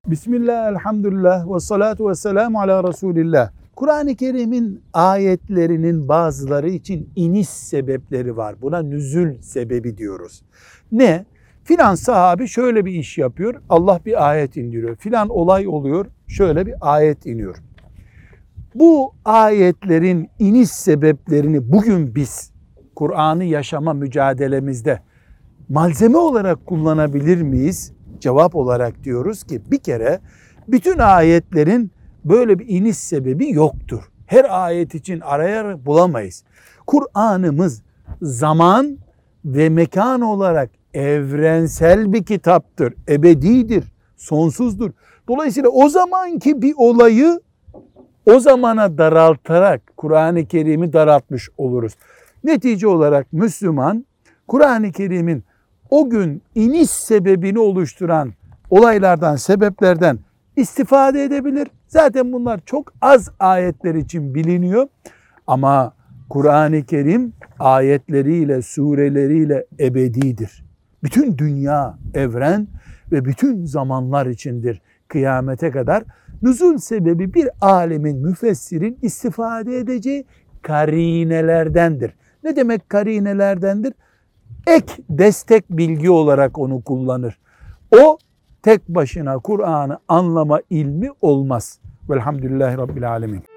Bismillah, elhamdülillah ve salatu ve selamu ala Resulillah. Kur'an-ı Kerim'in ayetlerinin bazıları için iniş sebepleri var. Buna nüzül sebebi diyoruz. Ne? Filan sahabi şöyle bir iş yapıyor, Allah bir ayet indiriyor. Filan olay oluyor, şöyle bir ayet iniyor. Bu ayetlerin iniş sebeplerini bugün biz Kur'an'ı yaşama mücadelemizde malzeme olarak kullanabilir miyiz? Cevap olarak diyoruz ki bir kere bütün ayetlerin böyle bir iniş sebebi yoktur. Her ayet için arayarak bulamayız. Kur'an'ımız zaman ve mekan olarak evrensel bir kitaptır, ebedidir, sonsuzdur. Dolayısıyla o zamanki bir olayı o zamana daraltarak Kur'an-ı Kerim'i daraltmış oluruz. Netice olarak Müslüman Kur'an-ı Kerim'in o gün iniş sebebini oluşturan olaylardan, sebeplerden istifade edebilir. Zaten bunlar çok az ayetler için biliniyor. Ama Kur'an-ı Kerim ayetleriyle, sureleriyle ebedidir. Bütün dünya, evren ve bütün zamanlar içindir kıyamete kadar. Nüzul sebebi bir alemin, müfessirin istifade edeceği karinelerdendir. Ne demek karinelerdendir? Ek, destek bilgi olarak onu kullanır. O tek başına Kur'an'ı anlama ilmi olmaz. Velhamdülillahi Rabbil Alemin.